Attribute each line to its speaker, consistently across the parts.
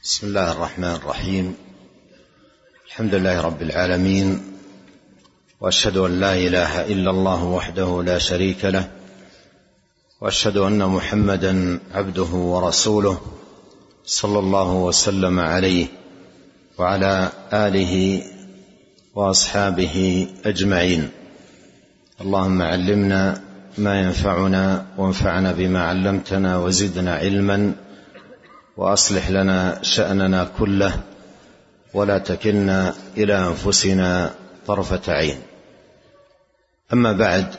Speaker 1: بسم الله الرحمن الرحيم. الحمد لله رب العالمين، وأشهد أن لا إله إلا الله وحده لا شريك له، وأشهد أن محمدا عبده ورسوله صلى الله وسلم عليه وعلى آله وأصحابه أجمعين. اللهم علمنا ما ينفعنا وانفعنا بما علمتنا وزدنا علما، وأصلح لنا شأننا كله ولا تكلنا إلى أنفسنا طرفة عين. أما بعد،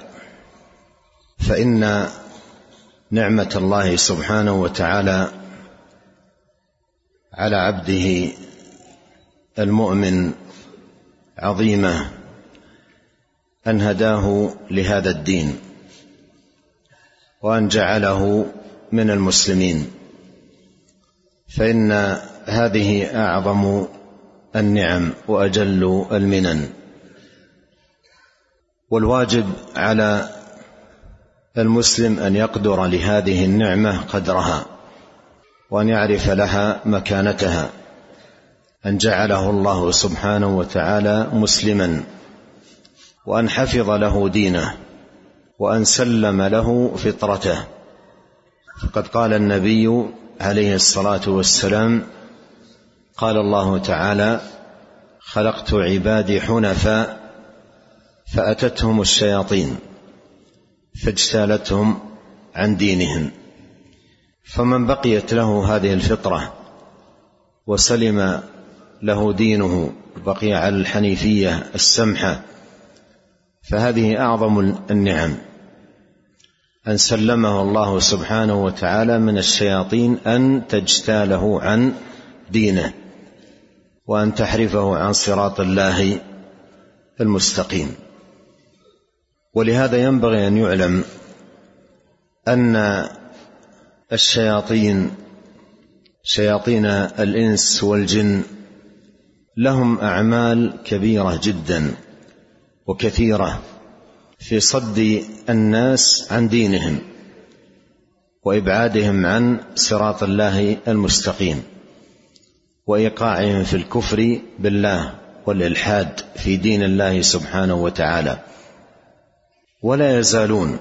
Speaker 1: فإن نعمة الله سبحانه وتعالى على عبده المؤمن عظيمة، أن هداه لهذا الدين وأن جعله من المسلمين، فإن هذه أعظم النعم وأجل المنن. والواجب على المسلم أن يقدر لهذه النعمة قدرها، وأن يعرف لها مكانتها، أن جعله الله سبحانه وتعالى مسلما، وأن حفظ له دينه، وأن سلم له فطرته. فقد قال النبي عليه الصلاة والسلام: قال الله تعالى: خلقت عبادي حنفاء فأتتهم الشياطين فاجتالتهم عن دينهم. فمن بقيت له هذه الفطرة وسلم له دينه، بقي على الحنيفية السمحة، فهذه أعظم النعم، أن سلمه الله سبحانه وتعالى من الشياطين أن تجتاله عن دينه، وأن تحرفه عن صراط الله المستقيم. ولهذا ينبغي أن يعلم أن شياطين الإنس والجن لهم أعمال كبيرة جدا وكثيرة في صد الناس عن دينهم وإبعادهم عن صراط الله المستقيم، وإيقاعهم في الكفر بالله والإلحاد في دين الله سبحانه وتعالى. ولا يزالون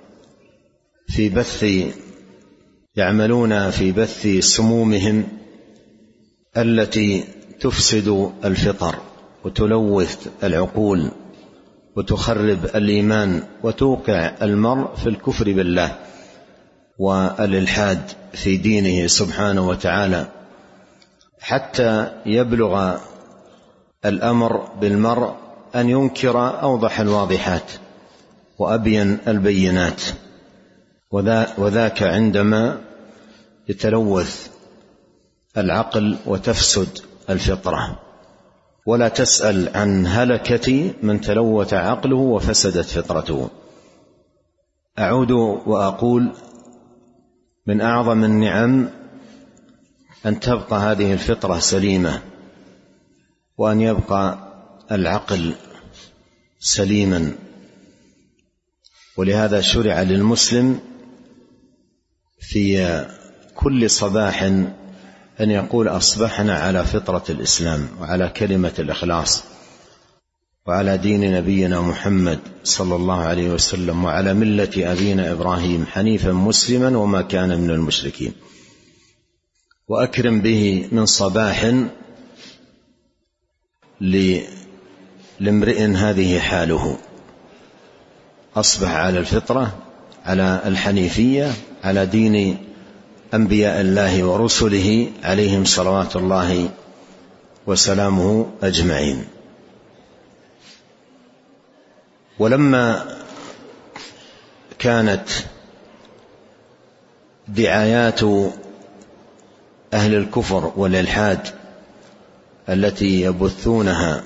Speaker 1: يعملون في بث سمومهم التي تفسد الفطر وتلوث العقول وتخرب الإيمان وتوقع المرء في الكفر بالله والإلحاد في دينه سبحانه وتعالى، حتى يبلغ الأمر بالمرء أن ينكر أوضح الواضحات وأبين البينات، وذاك عندما يتلوث العقل وتفسد الفطرة. ولا تسأل عن هلكة من تلوث عقله وفسدت فطرته. أعود وأقول: من أعظم النعم أن تبقى هذه الفطرة سليمة، وأن يبقى العقل سليما. ولهذا شرع للمسلم في كل صباح أن يقول: أصبحنا على فطرة الإسلام وعلى كلمة الإخلاص وعلى دين نبينا محمد صلى الله عليه وسلم وعلى ملة أبينا إبراهيم حنيفا مسلما وما كان من المشركين. وأكرم به من صباح لامرئ هذه حاله، أصبح على الفطرة، على الحنيفية، على دين أنبياء الله ورسله عليهم صلوات الله وسلامه أجمعين. ولما كانت دعايات أهل الكفر والإلحاد التي يبثونها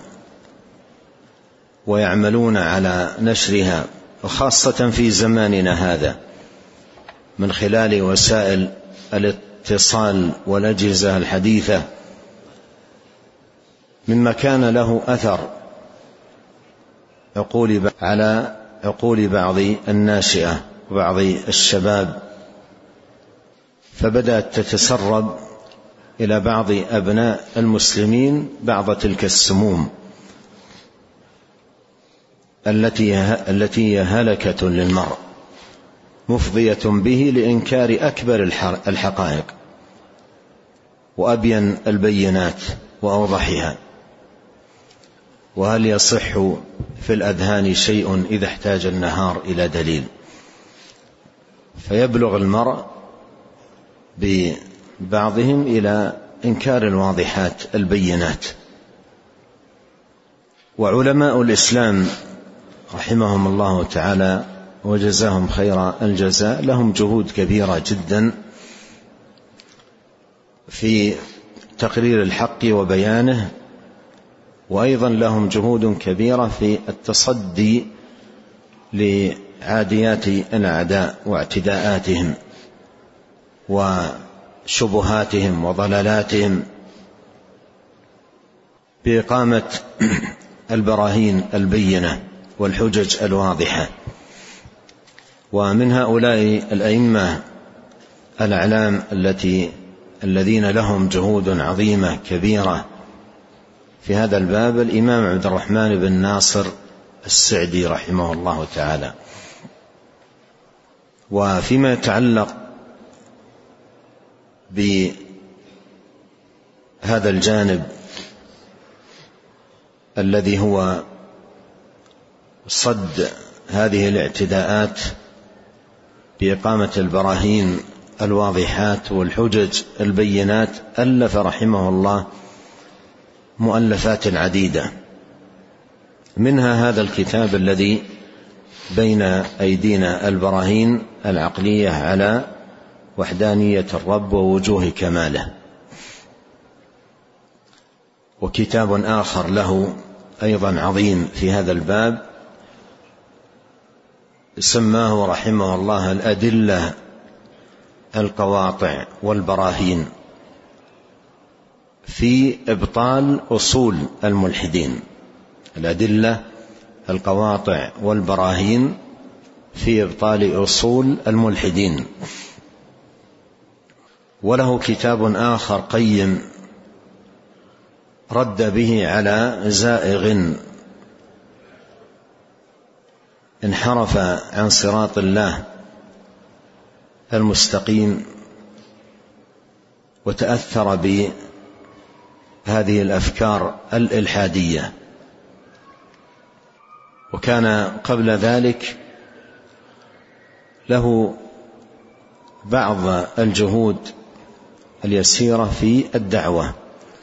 Speaker 1: ويعملون على نشرها، وخاصة في زماننا هذا من خلال وسائل الاتصال والأجهزة الحديثة، مما كان له أثر على عقول بعض الناشئة وبعض الشباب، فبدأت تتسرب إلى بعض أبناء المسلمين بعض تلك السموم التي هي هلكة للمرء مفضية به لإنكار أكبر الحقائق وأبين البينات وأوضحها. وهل يصح في الأذهان شيء إذا احتاج النهار إلى دليل؟ فيبلغ المرء ببعضهم إلى إنكار الواضحات البينات. وعلماء الإسلام رحمهم الله تعالى وجزاهم خير الجزاء لهم جهود كبيرة جدا في تقرير الحق وبيانه، وأيضا لهم جهود كبيرة في التصدي لعاديات الأعداء واعتداءاتهم وشبهاتهم وضلالاتهم بإقامة البراهين البينة والحجج الواضحة. ومن هؤلاء الأئمة الأعلام الذين لهم جهود عظيمة كبيرة في هذا الباب الإمام عبد الرحمن بن ناصر السعدي رحمه الله تعالى. وفيما يتعلق بهذا الجانب الذي هو صد هذه الاعتداءات بإقامة البراهين الواضحات والحجج البينات، ألف رحمه الله مؤلفات عديدة، منها هذا الكتاب الذي بين أيدينا، البراهين العقلية على وحدانية الرب ووجوه كماله. وكتاب آخر له أيضا عظيم في هذا الباب سماه رحمه الله الأدلة القواطع والبراهين في إبطال أصول الملحدين. الأدلة القواطع والبراهين في إبطال أصول الملحدين. وله كتاب آخر قيم رد به على زائغ انحرف عن صراط الله المستقيم وتأثر بهذه الأفكار الإلحادية. وكان قبل ذلك له بعض الجهود اليسيرة في الدعوة،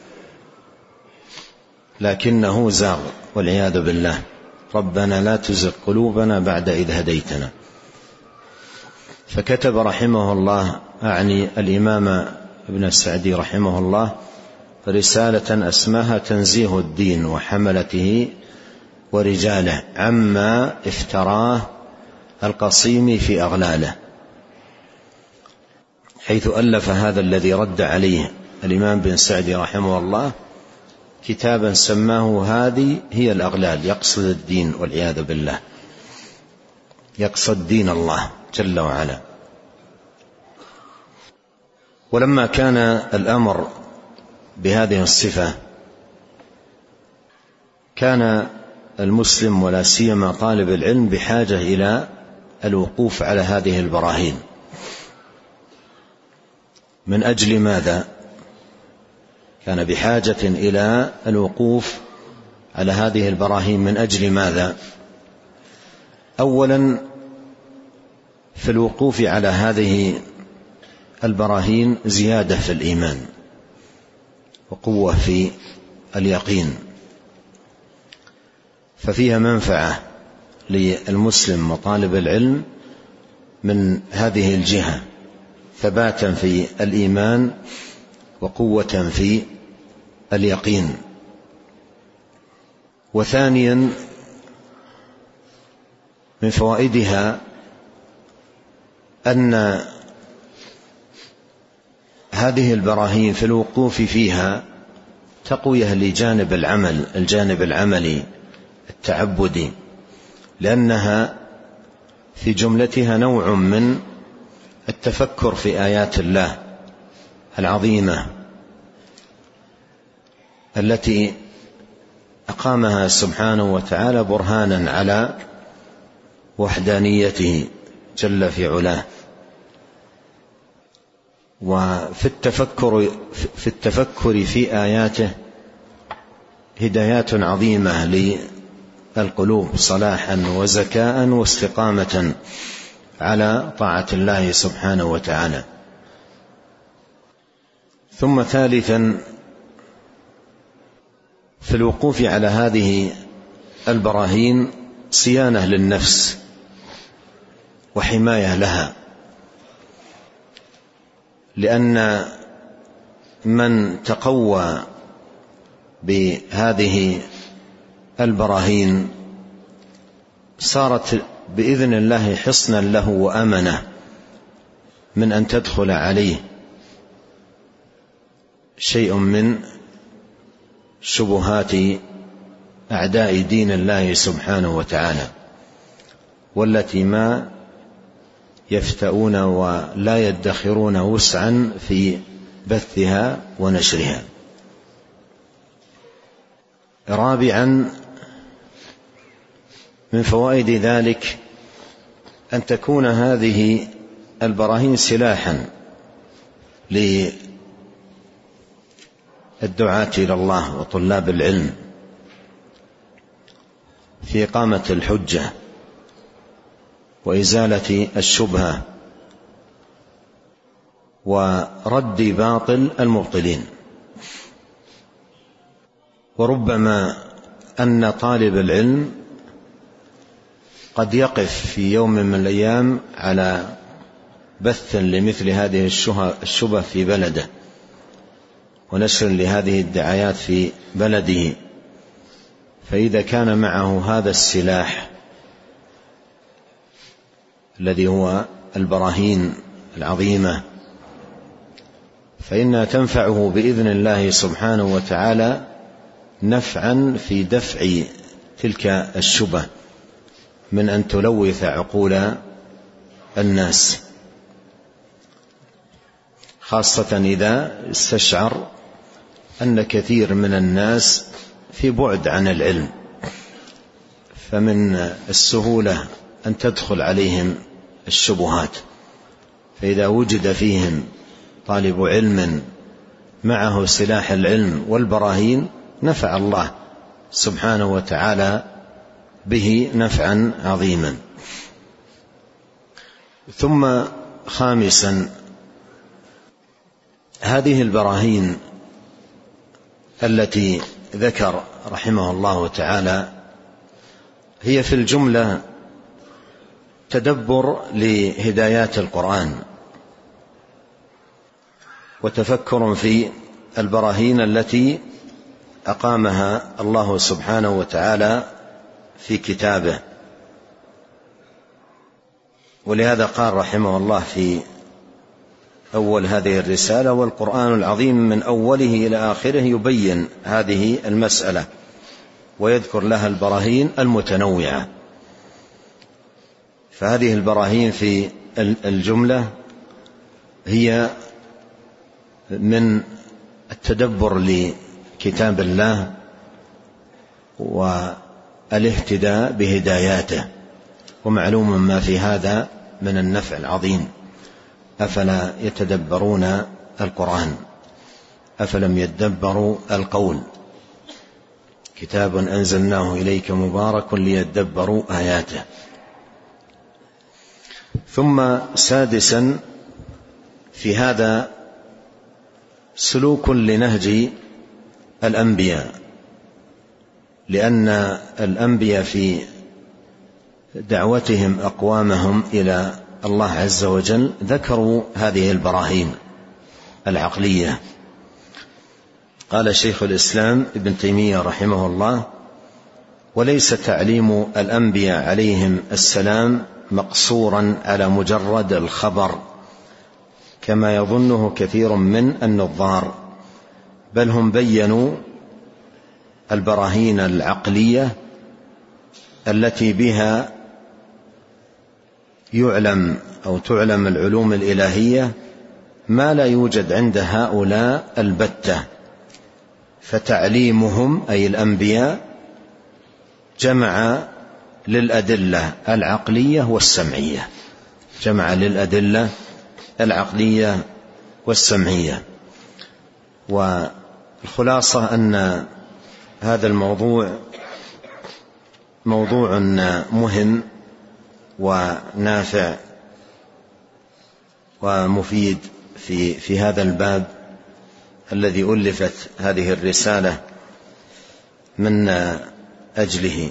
Speaker 1: لكنه زاغ والعياذ بالله. ربنا لا تزغ قلوبنا بعد إذ هديتنا. فكتب رحمه الله، أعني الإمام ابن السعدي رحمه الله، رسالة أسماها تنزيه الدين وحملته ورجاله عما افتراه القصيم في أغلاله، حيث ألف هذا الذي رد عليه الإمام بن سعدي رحمه الله كتابا سماه هذه هي الأغلال، يقصد الدين والعياذ بالله، يقصد دين الله جل وعلا. ولما كان الأمر بهذه الصفة كان المسلم ولا سيما طالب العلم بحاجة إلى الوقوف على هذه البراهين. من أجل ماذا كان بحاجة إلى الوقوف على هذه البراهين؟ من أجل ماذا؟ أولا في الوقوف على هذه البراهين زيادة في الإيمان وقوة في اليقين، ففيها منفعة للمسلم وطالب العلم من هذه الجهة، ثباتا في الإيمان وقوة في اليقين. وثانيا من فوائدها أن هذه البراهين في الوقوف فيها تقوية لجانب العمل، الجانب العملي التعبدي، لأنها في جملتها نوع من التفكر في آيات الله العظيمة التي أقامها سبحانه وتعالى برهانا على وحدانيته جل في علاه. وفي التفكر في آياته هدايات عظيمة للقلوب صلاحا وزكاء واستقامة على طاعة الله سبحانه وتعالى. ثم ثالثا، في الوقوف على هذه البراهين صيانة للنفس وحماية لها، لأن من تقوى بهذه البراهين صارت بإذن الله حصنا له وأمنه من أن تدخل عليه شيء من شبهات أعداء دين الله سبحانه وتعالى، والتي ما يفتؤون ولا يدخرون وسعا في بثها ونشرها. رابعا، من فوائد ذلك أن تكون هذه البراهين سلاحا للدعاة إلى الله وطلاب العلم في إقامة الحجة وإزالة الشبهة ورد باطل المبطلين. وربما أن طالب العلم قد يقف في يوم من الأيام على بث لمثل هذه الشبه في بلده ونشر لهذه الدعايات في بلده، فإذا كان معه هذا السلاح الذي هو البراهين العظيمة فإنها تنفعه بإذن الله سبحانه وتعالى نفعا في دفع تلك الشبه من أن تلوث عقول الناس، خاصة إذا استشعر أن كثير من الناس في بعد عن العلم، فمن السهولة أن تدخل عليهم الشبهات. فإذا وجد فيهم طالب علم معه سلاح العلم والبراهين نفع الله سبحانه وتعالى به نفعا عظيما. ثم خامسا، هذه البراهين التي ذكر رحمه الله تعالى هي في الجملة تدبر لهدايات القرآن وتفكر في البراهين التي أقامها الله سبحانه وتعالى في كتابه. ولهذا قال رحمه الله في أول هذه الرسالة: والقرآن العظيم من أوله إلى آخره يبين هذه المسألة ويذكر لها البراهين المتنوعة. فهذه البراهين في الجملة هي من التدبر لكتاب الله والاهتداء بهداياته، ومعلوم ما في هذا من النفع العظيم. أفلا يتدبرون القرآن أفلم يدبروا القول كتاب أنزلناه إليك مبارك ليدبروا آياته. ثم سادسا، في هذا سلوك لنهج الأنبياء، لأن الأنبياء في دعوتهم أقوامهم إلى الله عز وجل ذكروا هذه البراهين العقلية. قال شيخ الإسلام ابن تيمية رحمه الله: وليس تعليم الأنبياء عليهم السلام مقصورا على مجرد الخبر كما يظنه كثير من النظار، بل هم بينوا البراهين العقلية التي بها يعلم أو تعلم العلوم الإلهية ما لا يوجد عند هؤلاء البتة، فتعليمهم أي الأنبياء جمع للأدلة العقلية والسمعية، جمع للأدلة العقلية والسمعية. والخلاصة أن هذا الموضوع موضوع مهم ونافع ومفيد في هذا الباب الذي ألفت هذه الرسالة من أجله.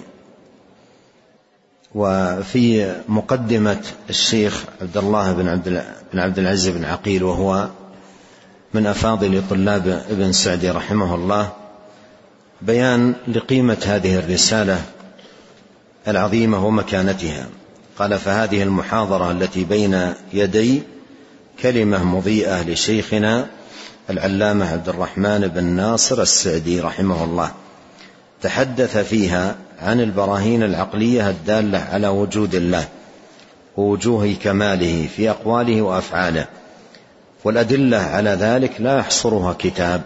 Speaker 1: وفي مقدمة الشيخ عبد الله بن عبد العزيز بن عقيل، وهو من أفاضل طلاب ابن سعدي رحمه الله، بيان لقيمة هذه الرسالة العظيمة ومكانتها. قال: فهذه المحاضرة التي بين يدي كلمة مضيئة لشيخنا العلامة عبد الرحمن بن ناصر السعدي رحمه الله، تحدث فيها عن البراهين العقلية الدالة على وجود الله ووجوه كماله في أقواله وأفعاله، والأدلة على ذلك لا يحصرها كتاب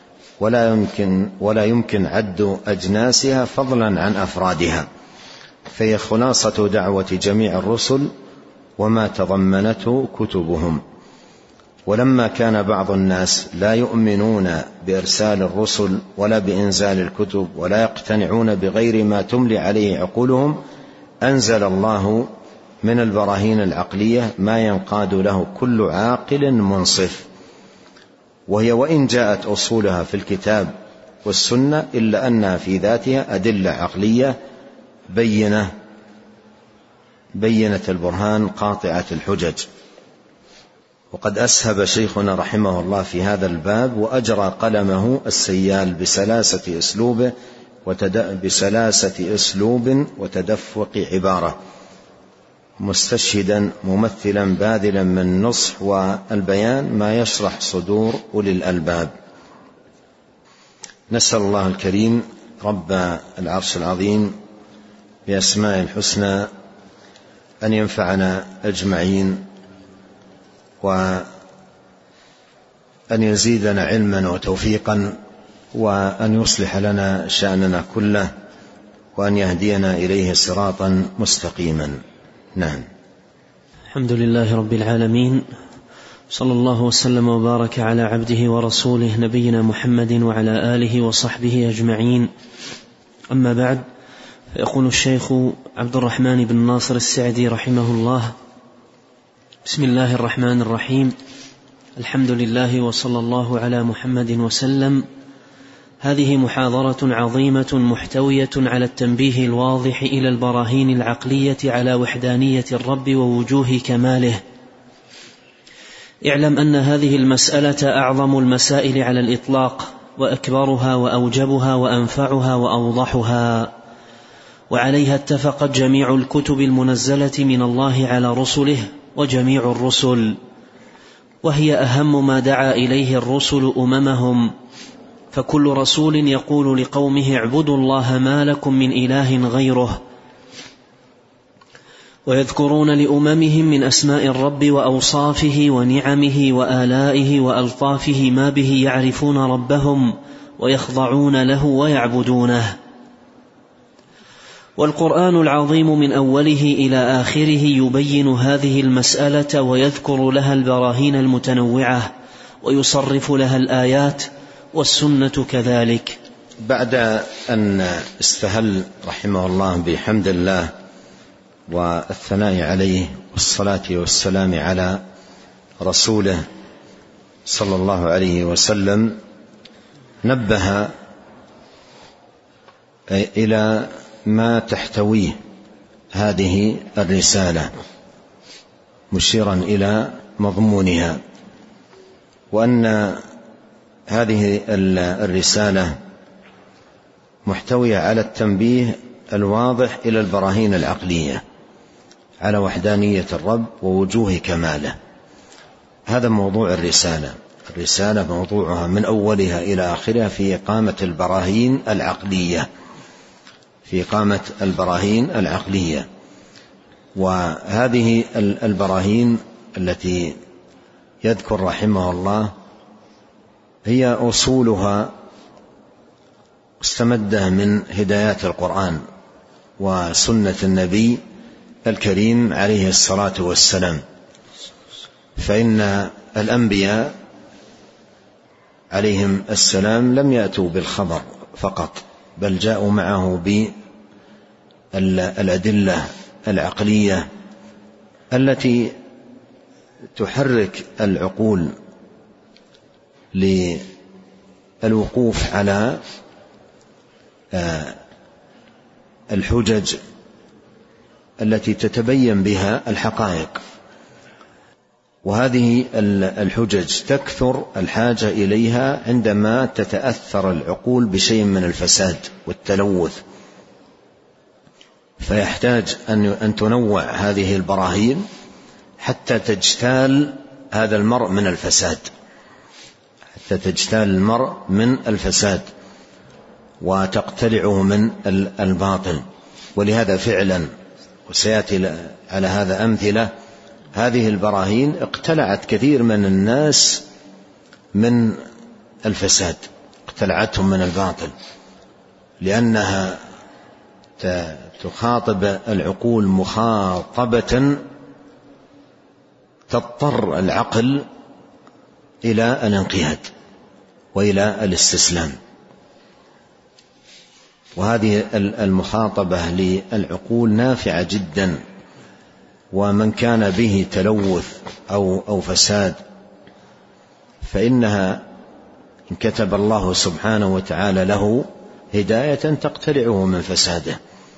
Speaker 1: ولا يمكن عد أجناسها فضلا عن أفرادها، فهي خلاصة دعوة جميع الرسل وما تضمنته كتبهم. ولما كان بعض الناس لا يؤمنون بإرسال الرسل ولا بإنزال الكتب ولا يقتنعون بغير ما تملي عليه عقولهم، أنزل الله من البراهين العقلية ما ينقاد له كل عاقل منصف، وهي وإن جاءت أصولها في الكتاب والسنة إلا أنها في ذاتها أدلة عقلية بينة البرهان قاطعة الحجج. وقد أسهب شيخنا رحمه الله في هذا الباب وأجرى قلمه السيال بسلاسة أسلوب وتدفق عبارة، مستشهدا ممثلا باذلا من النصح والبيان ما يشرح صدور أولي الألباب. نسأل الله الكريم رب العرش العظيم بأسماء الحسنى أن ينفعنا أجمعين، وأن يزيدنا علما وتوفيقا، وأن يصلح لنا شأننا كله، وأن يهدينا إليه صراطا مستقيما. نعم.
Speaker 2: الحمد لله رب العالمين، صلى الله وسلم وبارك على عبده ورسوله نبينا محمد وعلى آله وصحبه أجمعين. أما بعد، فيقول الشيخ عبد الرحمن بن ناصر السعدي رحمه الله: بسم الله الرحمن الرحيم، الحمد لله وصلى الله على محمد وسلم. هذه محاضرة عظيمة محتوية على التنبيه الواضح إلى البراهين العقلية على وحدانية الرب ووجوه كماله. اعلم أن هذه المسألة أعظم المسائل على الإطلاق، وأكبرها وأوجبها وأنفعها وأوضحها، وعليها اتفقت جميع الكتب المنزلة من الله على رسله وجميع الرسل، وهي أهم ما دعا إليه الرسل أممهم، فكل رسول يقول لقومه اعبدوا الله ما لكم من إله غيره، ويذكرون لأممهم من أسماء الرب وأوصافه ونعمه وآلائه وألطافه ما به يعرفون ربهم ويخضعون له ويعبدونه. والقرآن العظيم من أوله إلى آخره يبين هذه المسألة ويذكر لها البراهين المتنوعة ويصرف لها الآيات، والسنة كذلك.
Speaker 1: بعد أن استهل رحمه الله بحمد الله والثناء عليه والصلاة والسلام على رسوله صلى الله عليه وسلم، نبه إلى ما تحتويه هذه الرسالة، مشيرا إلى مضمونها، وأن هذه الرسالة محتوية على التنبيه الواضح إلى البراهين العقلية على وحدانية الرب ووجوه كماله. هذا موضوع الرسالة. الرسالة موضوعها من أولها إلى آخرها في إقامة البراهين العقلية، في إقامة البراهين العقلية. وهذه البراهين التي يذكر رحمه الله هي أصولها مستمدة من هدايات القرآن وسنة النبي الكريم عليه الصلاة والسلام. فإن الأنبياء عليهم السلام لم يأتوا بالخبر فقط، بل جاءوا معه بالأدلة العقلية التي تحرك العقول للوقوف على الحجج التي تتبين بها الحقائق. وهذه الحجج تكثر الحاجة إليها عندما تتأثر العقول بشيء من الفساد والتلوث، فيحتاج أن تنوع هذه البراهين حتى تجتال هذا المرء من الفساد، حتى تجتال المرء من الفساد وتقتلعه من الباطل. ولهذا فعلا، وسيأتي على هذا أمثلة، هذه البراهين اقتلعت كثير من الناس من الفساد، اقتلعتهم من الباطل، لأنها تخاطب العقول مخاطبة تضطر العقل إلى الانقياد وإلى الاستسلام. وهذه المخاطبة للعقول نافعة جدا، ومن كان به تلوث أو فساد فإنها إن كتب الله سبحانه وتعالى له هداية تقتلعه من فساده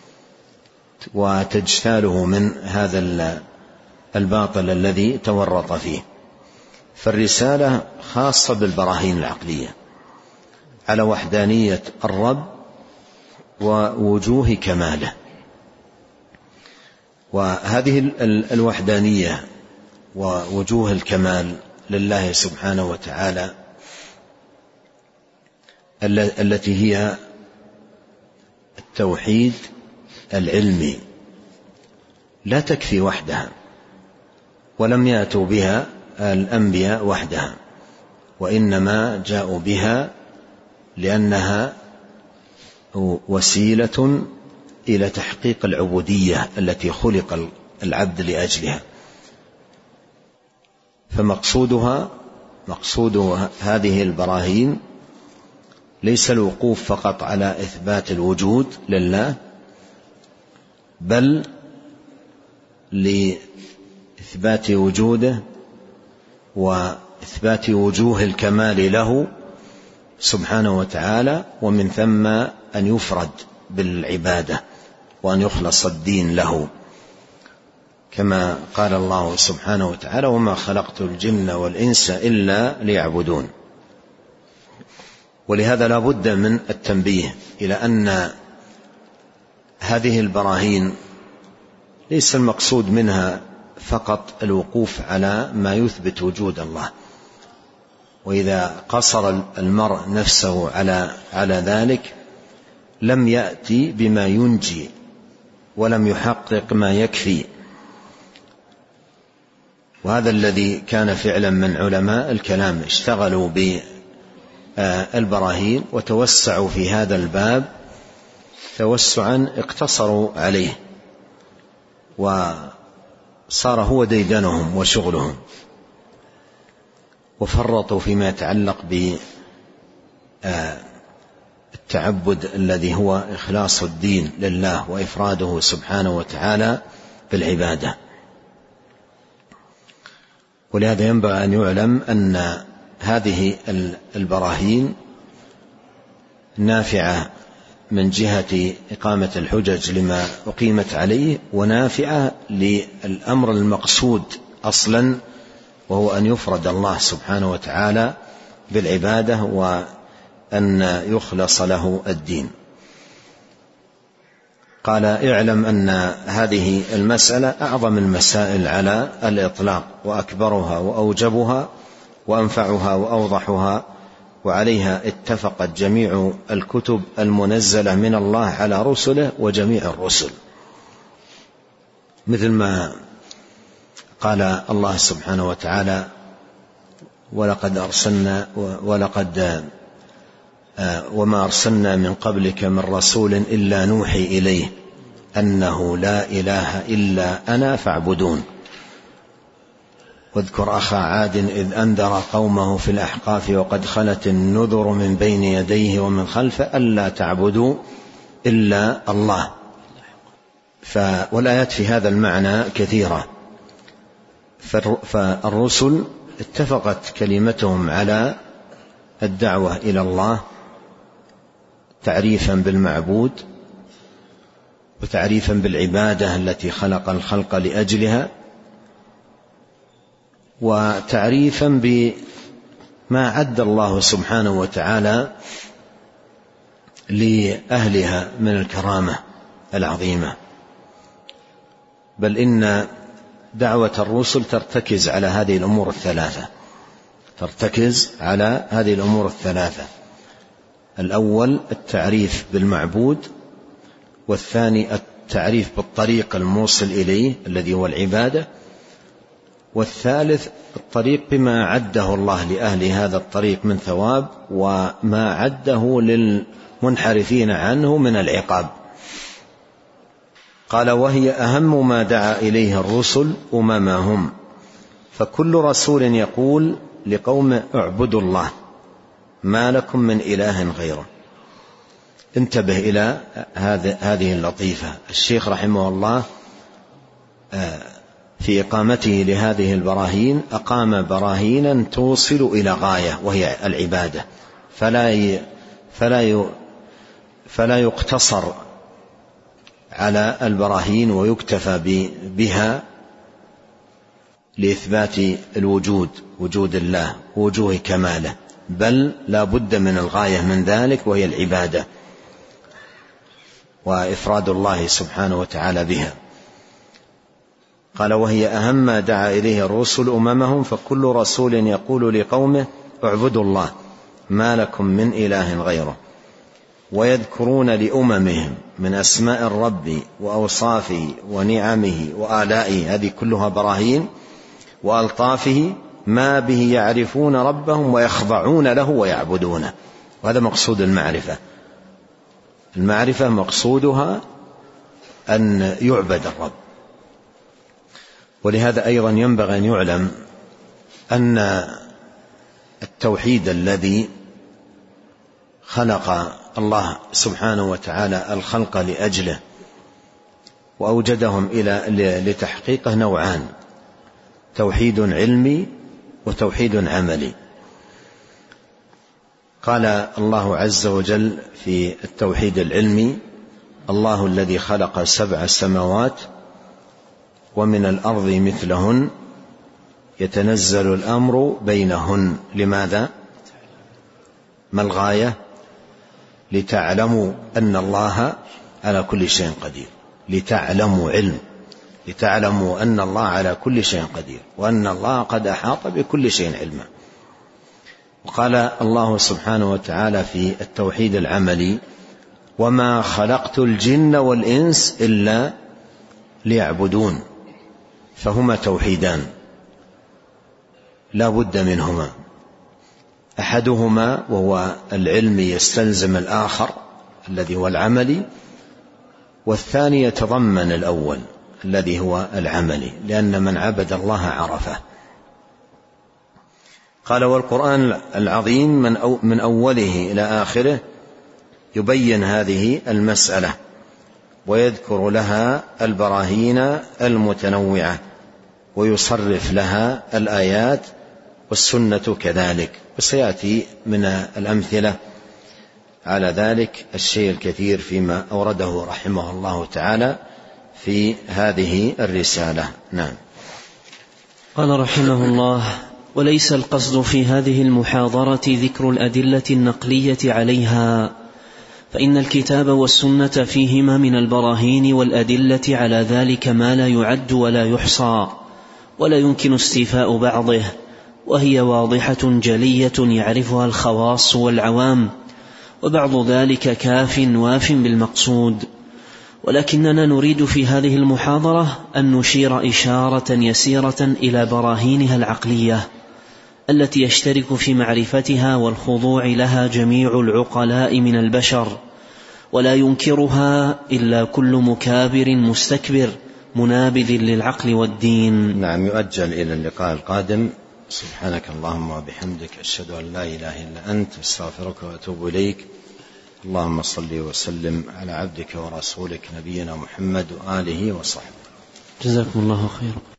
Speaker 1: وتجتاله من هذا الباطل الذي تورط فيه. فالرسالة خاصة بالبراهين العقلية على وحدانية الرب ووجوه كماله. وهذه الوحدانية ووجوه الكمال لله سبحانه وتعالى التي هي التوحيد العلمي لا تكفي وحدها، ولم يأتوا بها الأنبياء وحدها، وإنما جاءوا بها لأنها وسيلة إلى تحقيق العبودية التي خلق العبد لأجلها. فمقصودها هذه البراهين ليس الوقوف فقط على إثبات الوجود لله، بل لإثبات وجوده وإثبات وجوه الكمال له سبحانه وتعالى، ومن ثم أن يفرد بالعبادة وأن يخلص الدين له، كما قال الله سبحانه وتعالى: وما خلقت الجن والإنس إلا ليعبدون. ولهذا لا بد من التنبيه إلى أن هذه البراهين ليس المقصود منها فقط الوقوف على ما يثبت وجود الله، وإذا قصر المرء نفسه على ذلك لم يأتي بما ينجي ولم يحقق ما يكفي. وهذا الذي كان فعلا من علماء الكلام، اشتغلوا بالبراهين وتوسعوا في هذا الباب توسعا اقتصروا عليه، وصار هو ديدنهم وشغلهم، وفرطوا فيما يتعلق بالتعبد الذي هو إخلاص الدين لله وإفراده سبحانه وتعالى بالعبادة. ولهذا ينبغي أن يعلم أن هذه البراهين نافعة من جهة إقامة الحجج لما أقيمت عليه، ونافعة للأمر المقصود أصلا، وهو أن يفرد الله سبحانه وتعالى بالعبادة وأن يخلص له الدين. قال: اعلم أن هذه المسألة أعظم المسائل على الإطلاق، وأكبرها وأوجبها وأنفعها وأوضحها، وعليها اتفقت جميع الكتب المنزلة من الله على رسله وجميع الرسل، مثل ما قال الله سبحانه وتعالى: ولقد أرسلنا ولقد وما أرسلنا من قبلك من رسول إلا نوحي إليه أنه لا إله إلا أنا فاعبدون. واذكر أخا عاد إذ أنذر قومه في الأحقاف وقد خلت النذر من بين يديه ومن خلفه ألا تعبدوا إلا الله. والآيات في هذا المعنى كثيرة. فالرسل اتفقت كلمتهم على الدعوة إلى الله تعريفا بالمعبود وتعريفا بالعبادة التي خلق الخلق لأجلها، وتعريفا بما عد الله سبحانه وتعالى لأهلها من الكرامة العظيمة. بل إن دعوة الرسل ترتكز على هذه الأمور الثلاثة، الأول التعريف بالمعبود، والثاني التعريف بالطريق الموصل إليه الذي هو العبادة، والثالث الطريق بما عده الله لأهل هذا الطريق من ثواب وما عده للمنحرفين عنه من العقاب. قال: وهي أهم ما دعا إليه الرسل أممهم، فكل رسول يقول لقوم اعبدوا الله ما لكم من إله غيره. انتبه إلى هذه اللطيفة. الشيخ رحمه الله في إقامته لهذه البراهين أقام براهينا توصل إلى غاية وهي العبادة، فلا يقتصر على البراهين ويكتفى بها لإثبات وجود الله ووجوه كماله، بل لا بد من الغاية من ذلك وهي العبادة وإفراد الله سبحانه وتعالى بها. قال: وهي أهم ما دعا إليه الرسل أممهم، فكل رسول يقول لقومه اعبدوا الله ما لكم من إله غيره، ويذكرون لأممهم من أسماء الرب وأوصافه ونعمه وآلائه، هذه كلها براهين، وألطافه ما به يعرفون ربهم ويخضعون له ويعبدونه. وهذا مقصود المعرفة مقصودها أن يعبد الرب. ولهذا أيضا ينبغي أن يعلم أن التوحيد الذي خلق الله سبحانه وتعالى الخلق لأجله وأوجدهم لتحقيقه نوعان: توحيد علمي وتوحيد عملي. قال الله عز وجل في التوحيد العلمي: الله الذي خلق 7 سماوات ومن الأرض مثلهن يتنزل الأمر بينهن. لماذا؟ ما الغاية؟ لتعلموا أن الله على كل شيء قدير، لتعلموا أن الله على كل شيء قدير، وأن الله قد أحاط بكل شيء علما. وقال الله سبحانه وتعالى في التوحيد العملي: وما خلقت الجن والإنس إلا ليعبدون. فهما توحيدان لا بد منهما، أحدهما وهو العلمي يستلزم الآخر الذي هو العملي، والثاني يتضمن الأول الذي هو العملي، لأن من عبد الله عرفه. قال: والقرآن العظيم من أوله إلى آخره يبين هذه المسألة ويذكر لها البراهين المتنوعة ويصرف لها الآيات، والسنة كذلك. وسيأتي من الأمثلة على ذلك الشيء الكثير فيما أورده رحمه الله تعالى في هذه الرسالة. نعم.
Speaker 2: قال رحمه الله: وليس القصد في هذه المحاضرة ذكر الأدلة النقلية عليها، فإن الكتاب والسنة فيهما من البراهين والأدلة على ذلك ما لا يعد ولا يحصى ولا يمكن استيفاء بعضه، وهي واضحة جلية يعرفها الخواص والعوام، وبعض ذلك كاف واف بالمقصود. ولكننا نريد في هذه المحاضرة أن نشير إشارة يسيرة إلى براهينها العقلية التي يشترك في معرفتها والخضوع لها جميع العقلاء من البشر، ولا ينكرها إلا كل مكابر مستكبر منابذ للعقل والدين.
Speaker 1: نعم، يؤجل إلى اللقاء القادم. سبحانك اللهم وبحمدك، أشهد أن لا إله إلا أنت، أستغفرك وأتوب إليك. اللهم صل وسلم على عبدك ورسولك نبينا محمد وآله وصحبه.
Speaker 2: جزاكم الله خيرا.